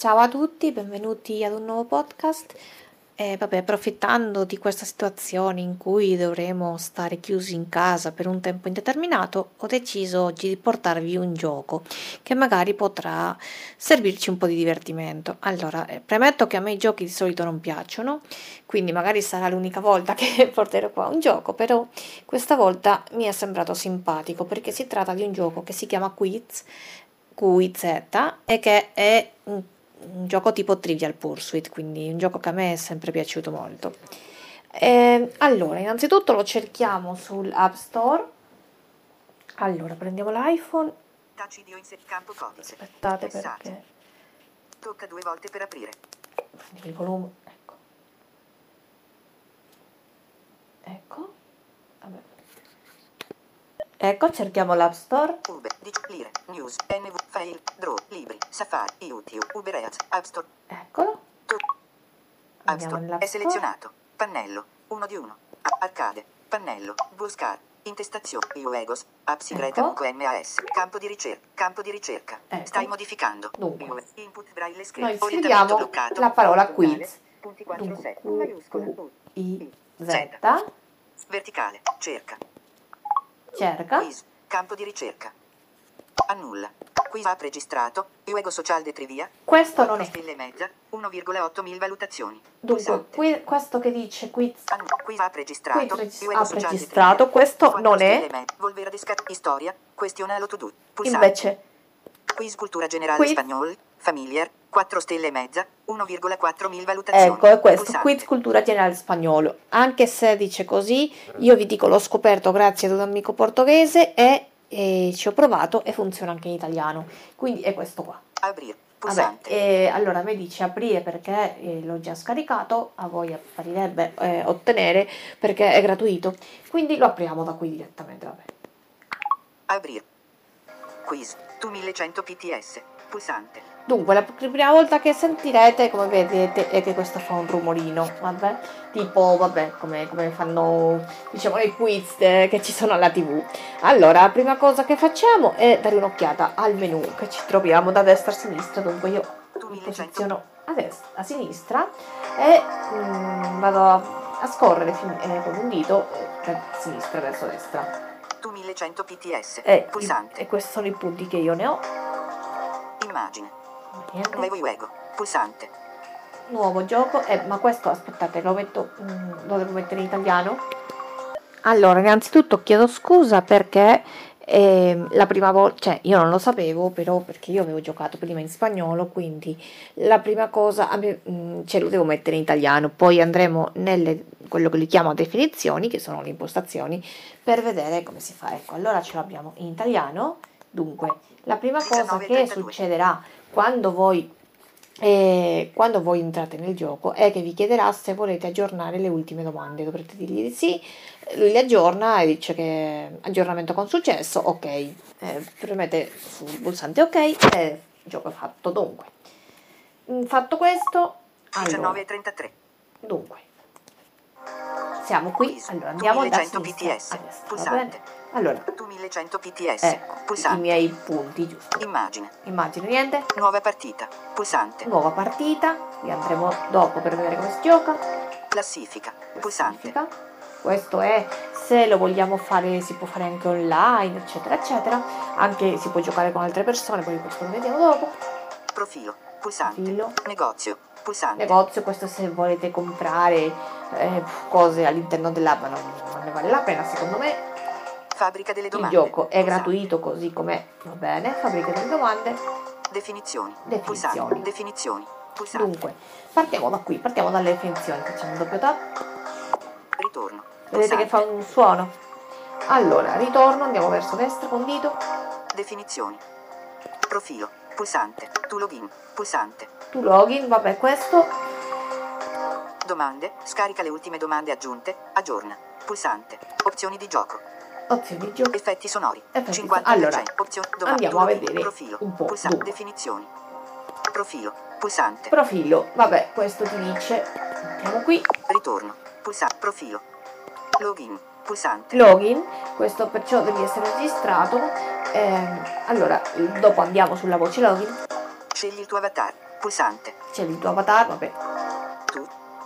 Ciao a tutti, benvenuti ad un nuovo podcast. Approfittando di questa situazione in cui dovremo stare chiusi in casa per un tempo indeterminato, ho deciso oggi di portarvi un gioco che magari potrà servirci un po' di divertimento. Allora, premetto che a me i giochi di solito non piacciono, quindi magari sarà l'unica volta che porterò qua un gioco, però questa volta mi è sembrato simpatico perché si tratta di un gioco che si chiama Quiz, QIZ, e che è un gioco tipo Trivial Pursuit, quindi un gioco che a me è sempre piaciuto molto. Allora, innanzitutto lo cerchiamo sull'App Store. Allora, prendiamo l'iPhone. Touch video in campo codice. Aspettate Messaggio. perché Tocca 2 volte per aprire. prendi il volume. Ecco. Ecco. Vabbè. Ecco, cerchiamo l'App Store. Uber, lire, news, NV, file, draw, libri, Safari, YouTube, Uber Eats, App Store. Eccolo. App Andiamo Store. nell'App È Store. selezionato. Pannello. 1 di 1. Arcade. Pannello. Buscar. Intestazione. Uegos. App segreta. Ecco. QMAS. Campo di ricerca. Campo di ricerca. Ecco. Stai modificando. Dunque. Input braille script. Noi Orientamento scriviamo bloccato. la parola Totale. quiz. Punti 4, Dunque, 7. Maiuscola. Q-I-Z. Verticale. Cerca. Cerca. Quiz. Campo di ricerca. Annulla. Quiz app registrato. Uego social de trivia. Questo non 4 è. stelle e mezza. 1,8 mil valutazioni. Dunque, Pulsante. questo che dice quiz Quiz app registrato. Uego app social de registrato, trivia. questo 4 non stelle è. e mezza. Volver a Storia. Questionalo to do. Pulsante. Invece, Quiz cultura generale quiz, spagnol. Familiar. 4 stelle e mezza. 1,4 mil valutazioni. ecco, è questo, Pulsante. quiz cultura generale spagnolo. Anche se dice così, io vi dico, l'ho scoperto grazie ad un amico portoghese e ci ho provato e funziona anche in italiano. Quindi è questo qua. Aprire. Vabbè, Pulsante. allora a me dice aprire perché l'ho già scaricato, a voi apparirebbe ottenere perché è gratuito. Quindi lo apriamo da qui direttamente, vabbè. Aprire. Quiz. Tu 1100 PTS. Pulsante. Dunque, la prima volta che sentirete, come vedete, è che questo fa un rumorino, vabbè, tipo, vabbè, come fanno, diciamo, i quiz che ci sono alla TV. Allora, la prima cosa che facciamo è dare un'occhiata al menu, che ci troviamo da destra a sinistra, dunque io mi posiziono a sinistra e vado a scorrere con un dito da sinistra verso destra. Tu 1100 PTS. E Pulsante. questi sono i punti che io ne ho. Immagine. Niente. Nuovo Uego. Pulsante. Nuovo gioco, ma questo aspettate, lo devo mettere in italiano. Allora, innanzitutto chiedo scusa perché la prima volta, cioè io non lo sapevo, però perché io avevo giocato prima in spagnolo, quindi la prima cosa lo devo mettere in italiano, poi andremo nelle quello che li chiamo definizioni, che sono le impostazioni, per vedere come si fa. Ecco, allora ce l'abbiamo in italiano. Dunque, la prima cosa che 19:32. succederà quando voi entrate nel gioco è che vi chiederà se volete aggiornare le ultime domande. Dovrete dirgli di sì, lui le aggiorna e dice che aggiornamento con successo, ok, premete sul pulsante ok e il gioco è fatto. Dunque, fatto questo, allora, 19:33. dunque siamo qui, allora andiamo da 1100 sinistra PTS. a destra, va Pulsante. bene? Allora, Tu 1100 PTS. ecco, i Pulsante. miei punti, giusto? Immagine. Immagino niente. Nuova partita. Pulsante. Nuova partita, vi andremo dopo per vedere come si gioca. Classifica. Pulsante. Classifica. Questo è, se lo vogliamo fare, si può fare anche online, eccetera, eccetera. Anche si può giocare con altre persone, poi questo lo vediamo dopo. Profilo. Pulsante. Profilo. Negozio. Pulsante. Negozio, questo se volete comprare cose all'interno dell'app, ma non ne vale la pena secondo me. Fabbrica delle Il domande. gioco è Pulsante. gratuito così com'è, va bene. Fabbrica delle domande. Definizioni. Definizioni. Pulsante. Definizioni. Pulsante. Dunque, partiamo da qui, partiamo dalle definizioni, facciamo un doppio tap. Ritorno. Vedete che fa un suono? Allora, ritorno, andiamo verso destra con dito. Definizioni. Profilo. Pulsante. Tu login. Pulsante. Tu login, vabbè, questo. Domande. Scarica le ultime domande aggiunte. Aggiorna. Pulsante. Opzioni di gioco. Opzioni di gioco. Effetti sonori. Effetti 50%. allora, Opzioni. andiamo a vedere Profilo. un po'. Pulsante. Dunque, Definizioni. Profilo. Pulsante. profilo, vabbè, questo ti dice. Andiamo qui. Ritorno. Pulsante. Profilo. Login. Pulsante. Login, questo perciò devi essere registrato. Allora, dopo andiamo sulla voce login. Scegli il tuo avatar. Pulsante. C'è il tuo avatar, vabbè, Tu.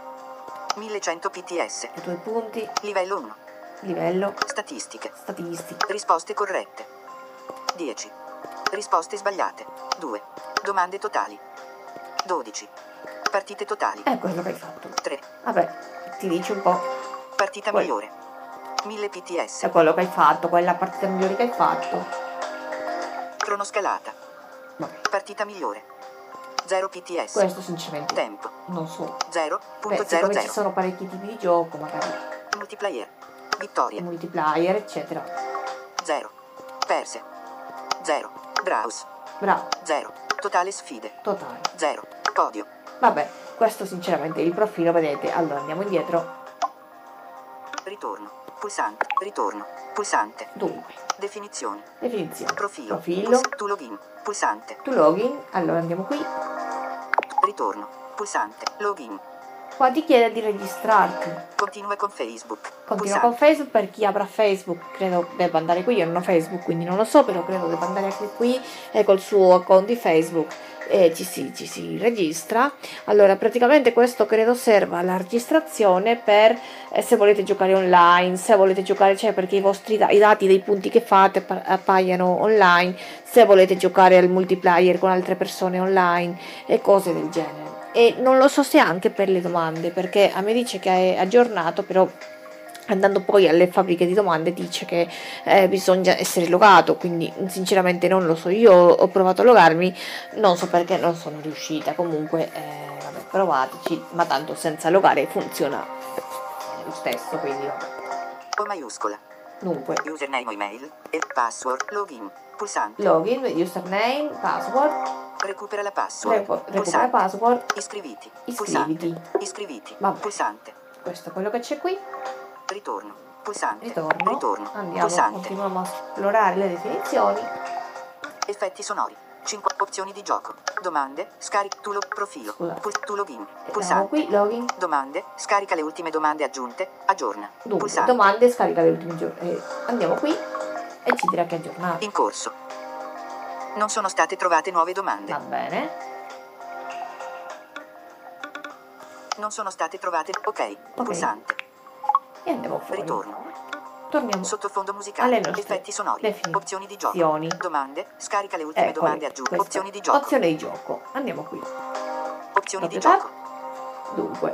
1100 PTS. i tuoi punti, Livello 1. livello, Statistiche. statistiche. Risposte corrette. 10. Risposte sbagliate. 2. Domande totali. 12. Partite totali. È quello che hai fatto. 3. Vabbè, ti dice un po'. Partita Quel- migliore. 1000 PTS. È quello che hai fatto, quella partita migliore che hai fatto. Cronoscalata. Vabbè, Partita migliore. 0 PTS. questo sinceramente Tempo. non so. Beh, 0.00. siccome ci sono parecchi tipi di gioco, magari Multiplayer. Vittoria. multiplayer, eccetera. 0. Perse. 0. Browse. Bravo, 0. Totale sfide. totale. 0. Podio. Vabbè, questo sinceramente il profilo, vedete. Allora andiamo indietro. Ritorno. Pulsante. Ritorno. Pulsante. Dunque, Definizioni. definizione. Profilo. Profilo. Tu login. Pulsante. Tu login. Allora andiamo qui. Ritorno. Pulsante. Login. Qua ti chiede di registrarti. Continua con Facebook. Continua con Facebook, per chi avrà Facebook credo debba andare qui, io non ho Facebook quindi non lo so, però credo debba andare anche qui e col suo account di Facebook e ci si registra. Allora praticamente questo credo serva alla registrazione per se volete giocare online, se volete giocare, cioè perché i dati dei punti che fate appaiano online, se volete giocare al multiplayer con altre persone online e cose del genere. E non lo so se anche per le domande, perché a me dice che è aggiornato, però andando poi alle fabbriche di domande dice che bisogna essere logato, quindi sinceramente non lo so. Io ho provato a logarmi, non so perché non sono riuscita. Comunque vabbè, provateci, ma tanto senza logare funziona lo stesso, quindi vabbè. O maiuscola. Dunque, Username o email. E password. Login. Pulsante. login, username, password, Recupera la password. recupera Pulsante. password, Iscriviti. iscriviti. Pulsante. Iscriviti. Vabbè. Pulsante. Questo è quello che c'è qui. Ritorno. Pulsante. Ritorno. Ritorno. Andiamo, Pulsante. continuiamo a esplorare le definizioni. Effetti sonori. 5 opzioni di gioco. Domande. Scarica. Profilo. Scusate. Tu login. Andiamo Pulsante. qui, login. Domande. Scarica le ultime domande aggiunte. Aggiorna. Dunque, Pulsante. domande, scarica le ultime giorni. Andiamo qui e ci dirà che è aggiornato. In corso. Non sono state trovate nuove domande. Va bene. Non sono state trovate. Ok. Pulsante. E andiamo fuori. Ritorno. Torniamo Sottofondo musicale. alle nostre Effetti sonori. definizioni. Opzioni di gioco. Domande. Scarica le ultime Eccole, domande aggiunte. queste. Opzioni di gioco. Opzione di gioco. Andiamo qui. Opzioni di Proprietà. gioco. Dunque,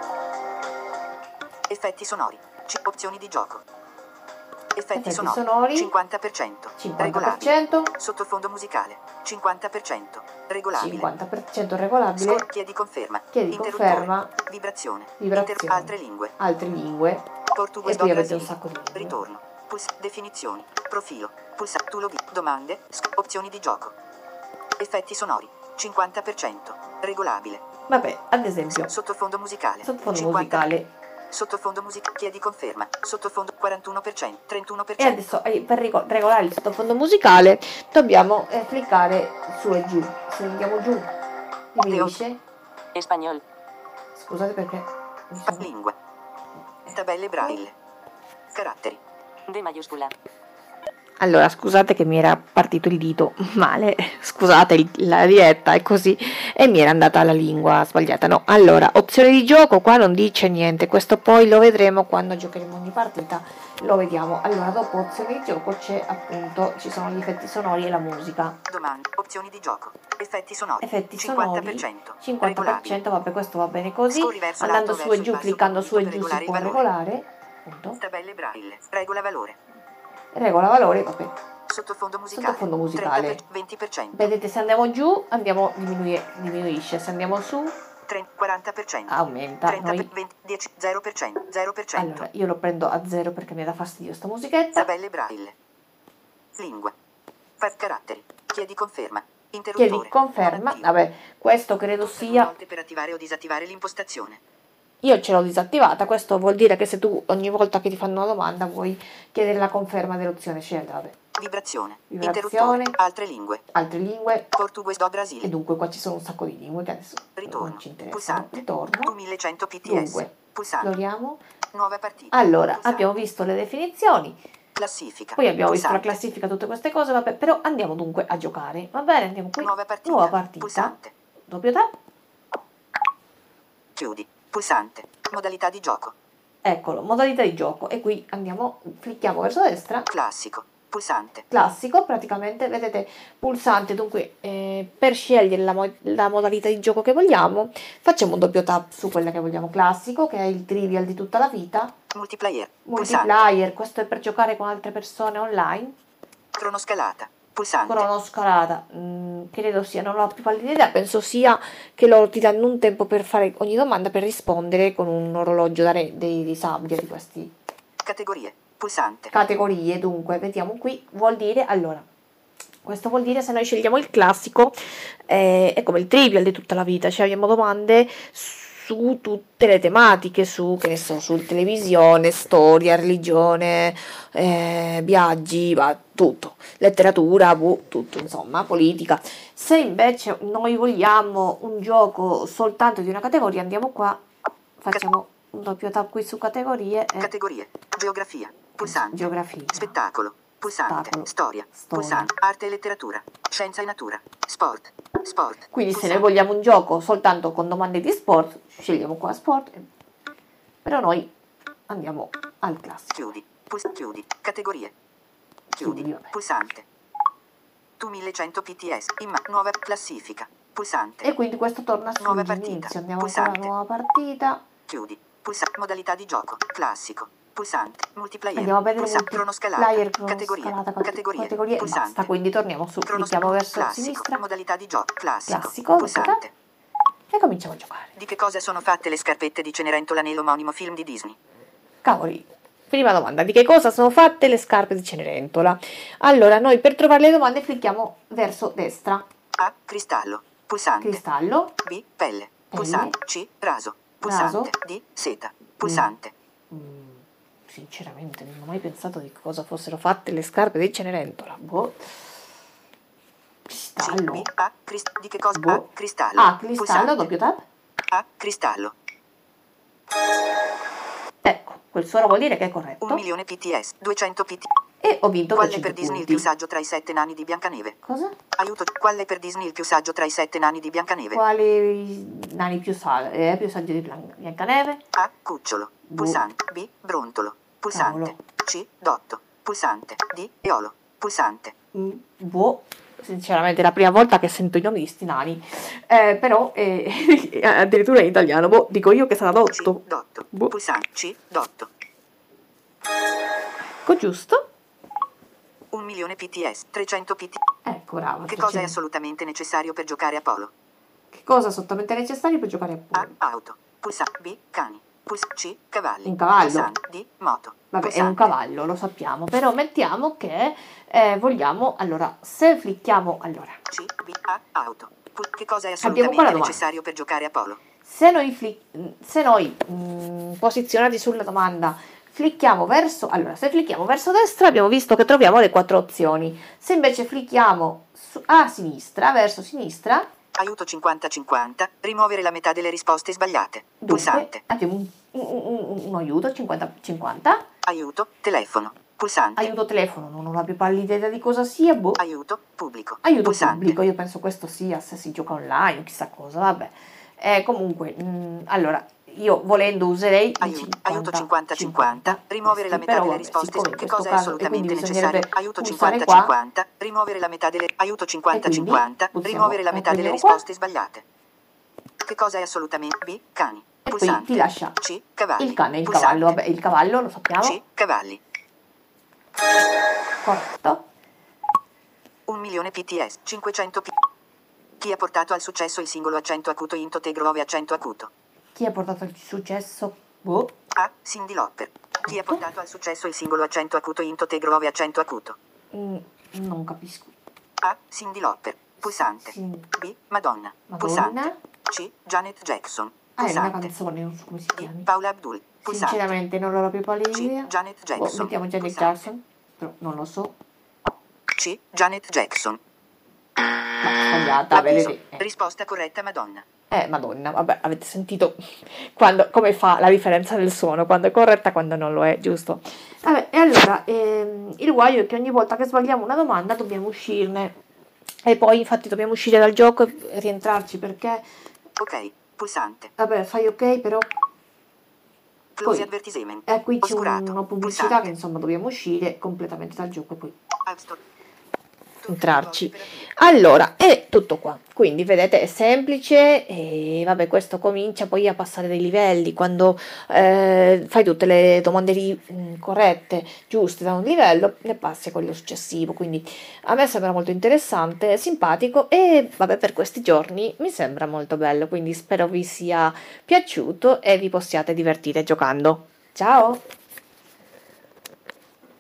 Effetti sonori. Opzioni di gioco. Effetti effetti sonori. sonori. 50%. Regolabile. 50%. Sottofondo musicale. 50%. Regolabile. 50% regolabile. Chiedi conferma. Chiedi Interruttore. conferma. Vibrazione. Vibrazione. Altre lingue. Altre lingue. Portuguese E qui do avete un Brasile. sacco di lingue. Ritorno. Definizioni. Profilo. Tu login. Domande. Opzioni di gioco. Effetti sonori. 50%. Regolabile. Vabbè, ad esempio, Sottofondo musicale. sottofondo 50. musicale. Sottofondo musicale. Chiedi conferma. Sottofondo 41%. 31%. E adesso per regolare il sottofondo musicale dobbiamo cliccare su e giù. Se andiamo giù diminuisce. Español. Scusate perché mi sono- Lingue. Tabelle braille. Caratteri. D mayúscula. Allora, scusate che mi era partito il dito male, scusate, la diretta è così e mi era andata la lingua sbagliata. No, allora, opzione di gioco, qua non dice niente, questo poi lo vedremo quando giocheremo ogni partita, lo vediamo. Allora, dopo opzione di gioco c'è appunto, ci sono gli effetti sonori e la musica. Domande. Opzioni di gioco. Effetti sonori. Effetti 50%. sonori, Regolabile. 50%, vabbè, questo va bene così. Scorri verso Andando l'alto, su verso e giù, il basso, cliccando su e per giù si regolare può il valore. regolare, appunto. Tabelle braille. Regola valore. Regola valore, vabbè. Sottofondo musicale. Sottofondo musicale. 20%. Vedete, se andiamo giù, diminuisce, se andiamo su, 40%. aumenta. 30, Noi 20, 10, 0%. 0%. Allora, io lo prendo a 0 perché mi dà fastidio sta musichetta. Tabelle braille. Lingue. Caratteri. Chiedi conferma. Interruttore. Chiedi conferma. Non attivo. Vabbè, questo credo Due sia... volte per attivare o disattivare l'impostazione. Io ce l'ho disattivata, questo vuol dire che se tu ogni volta che ti fanno una domanda vuoi chiedere la conferma dell'opzione scelta, vabbè. Vibrazione. Vibrazione. Interruttore. Altre lingue. Altre lingue, Portuguese do e Brasile. dunque qua ci sono un sacco di lingue che adesso Ritorno. non ci interessano. Pulsante. Ritorno. 2100 PTS. Dunque, Pulsante. esploriamo. Nuova partita. Allora, Pulsante. abbiamo visto le definizioni, Classifica. poi abbiamo visto la Pulsante. classifica, tutte queste cose, vabbè, però andiamo dunque a giocare, va bene? Andiamo qui, Nuova partita. nuova partita. Pulsante. doppio tap, Chiudi. Pulsante. Modalità di gioco. eccolo, modalità di gioco, e qui clicchiamo verso destra, Classico. Pulsante. classico, praticamente vedete pulsante, dunque per scegliere la modalità di gioco che vogliamo facciamo un doppio tap su quella che vogliamo, classico, che è il trivial di tutta la vita, Multiplayer. Pulsante. multiplayer, questo è per giocare con altre persone online, Cronoscalata. Pulsante. cronoscalata, credo sia, non ho più pallida idea, penso sia che loro ti danno un tempo per fare ogni domanda, per rispondere con un orologio dei sabbia di questi Categorie. Pulsante. categorie. Dunque vediamo qui, vuol dire, allora questo vuol dire, se noi scegliamo il classico, è come il trivial di tutta la vita, cioè abbiamo domande su tutte le tematiche, su, che ne so, su televisione, storia, religione, viaggi, tutto, letteratura, tutto, insomma, politica. Se invece noi vogliamo un gioco soltanto di una categoria, andiamo qua, facciamo un doppio tap qui su categorie e Categorie. Geografia. Pulsante. geografia. Spettacolo. Pulsante. Spettacolo. Storia. Storia. Pulsante. Arte e letteratura. Scienza e natura. Sport. Sport. Quindi se Pulsante. noi vogliamo un gioco soltanto con domande di sport, scegliamo qua sport, però noi andiamo al classico. Chiudi. Chiudi. Categorie. Chiudi. Chiudi, vabbè. Pulsante. Tu 1100 PTS. Nuova classifica. Pulsante. E quindi questo torna Nuova partita. sull'inizio, andiamo Pulsante. ancora alla nuova partita, Chiudi. Modalità di gioco. Classico. Pulsante. Multiplayer. andiamo a vedere Pulsante. Cronoscalata. multiplayer, Categorie. cronoscalata, Categorie. e Pulsante. basta, quindi torniamo su, clicchiamo verso Classico. sinistra, Modalità di gioco. Classico. classico, Pulsante. e cominciamo a giocare. Di che cosa sono fatte le scarpette di Cenerentola nell'omonimo film di Disney? Cavoli, prima domanda, di che cosa sono fatte le scarpe di Cenerentola? Allora, noi per trovare le domande clicchiamo verso destra, A. Cristallo. Pulsante. cristallo, B. Pelle. Pulsante. C. Raso. Raso. Pulsante. D. Seta. Pulsante. Sinceramente non ho mai pensato di cosa fossero fatte le scarpe di Cenerentola. Boh. C. Cristallo. B. A. Di che cosa? A. Boh. Cristallo. Ah, cristallo, Pulsante. doppio tap. A. Cristallo. Ecco, quel suono vuol dire che è corretto. 1 milione PTS. 200 PT. E ho vinto Qual con è per 5 Disney il punti. più saggio tra i 7 nani di Biancaneve? Cosa? Aiuto. Qual è per Disney il più saggio tra i 7 nani di Biancaneve? Quali nani più saggi di Biancaneve? A. Cucciolo. Pulsante. B. Brontolo. Pulsante. Cavolo. C. Dotto. Pulsante. D. Eolo. Pulsante. Boh, sinceramente è la prima volta che sento i nomi di sti nani. Però addirittura in italiano. Boh, dico io che sarà C. Dotto. Dotto. Boh. Pulsante. C. Dotto. Ecco, giusto? 1 milione PTS. 300 PT. Ecco, brava. Che cosa è 300. assolutamente necessario per giocare a polo? Che cosa è assolutamente necessario per giocare a A. polo? Auto. Pulsante. B. Cani. C. Cavalli. Un cavallo. Pulsante. D. Moto. Vabbè, è Pulsante. un cavallo, lo sappiamo, però mettiamo che vogliamo, allora, se clicchiamo, allora, C. B. A. Auto. Che cosa è Abbiamo qua la assolutamente domanda. necessario per giocare a polo? se noi posizionati sulla domanda clicchiamo verso, allora, se clicchiamo verso destra abbiamo visto che troviamo le 4 opzioni, se invece clicchiamo a sinistra, verso sinistra, Aiuto 50-50. Rimuovere la metà delle risposte sbagliate. dunque, Pulsante. abbiamo un aiuto 50-50, Aiuto. Telefono. Pulsante. aiuto telefono, non ho la più pallida idea di cosa sia, boh. Aiuto. Pubblico. Aiuto Pulsante. pubblico, io penso questo sia se si gioca online o chissà cosa, vabbè. Comunque, allora, io volendo userei il Aiuto 50-50. Rimuovere la metà però, delle vabbè, risposte. siccome in Che questo cosa è caso- assolutamente e quindi necessario? bisognerebbe Aiuto pulsare qua. 50-50. Rimuovere la metà delle. Aiuto 50-50. pulsiamo- Rimuovere la metà delle prendiamo qua. risposte sbagliate. Che cosa è assolutamente. B. Cani. E poi Pulsante. ti lascia C. Cavalli. il cane e il Pulsante. cavallo, vabbè, il cavallo lo sappiamo, C. Cavalli. corretto. 1 milione PTS. 500 P. Chi ha portato al successo il singolo accento acuto into tegro ove accento acuto? Chi ha portato il successo? Boh, A. Cyndi Lauper. Chi ha portato al successo il singolo accento acuto into tegro ove accento acuto? non capisco. A. Cyndi Lauper. Pulsante. B. Madonna. Madonna. Pulsante. C. Janet Jackson. Ah, è una Pulsante. canzone, non so come si D. chiami. Paula Abdul. Pulsante. Sinceramente non l'ho più pallida C. idea. Janet Boh, Jackson. mettiamo Janet Pulsante. Jackson, però non lo so. C. Janet Jackson. Ma sbagliata, Avviso. vedete. Risposta corretta Madonna. Madonna, vabbè, avete sentito come fa la differenza del suono, quando è corretta e quando non lo è, giusto? Vabbè, e allora, il guaio è che ogni volta che sbagliamo una domanda dobbiamo uscirne. E poi infatti dobbiamo uscire dal gioco e rientrarci perché, Ok, pulsante. vabbè, fai ok, però Close poi advertisement. qui c'è Oscurato. una pubblicità che Pulsante. insomma dobbiamo uscire completamente dal gioco e poi App Store. entrarci. Allora, è tutto qua. Quindi vedete è semplice e vabbè, questo comincia poi a passare dei livelli. Quando fai tutte le domande corrette, giuste da un livello, ne passi a quello successivo. Quindi a me sembra molto interessante, simpatico e vabbè, per questi giorni mi sembra molto bello. Quindi spero vi sia piaciuto e vi possiate divertire giocando. Ciao!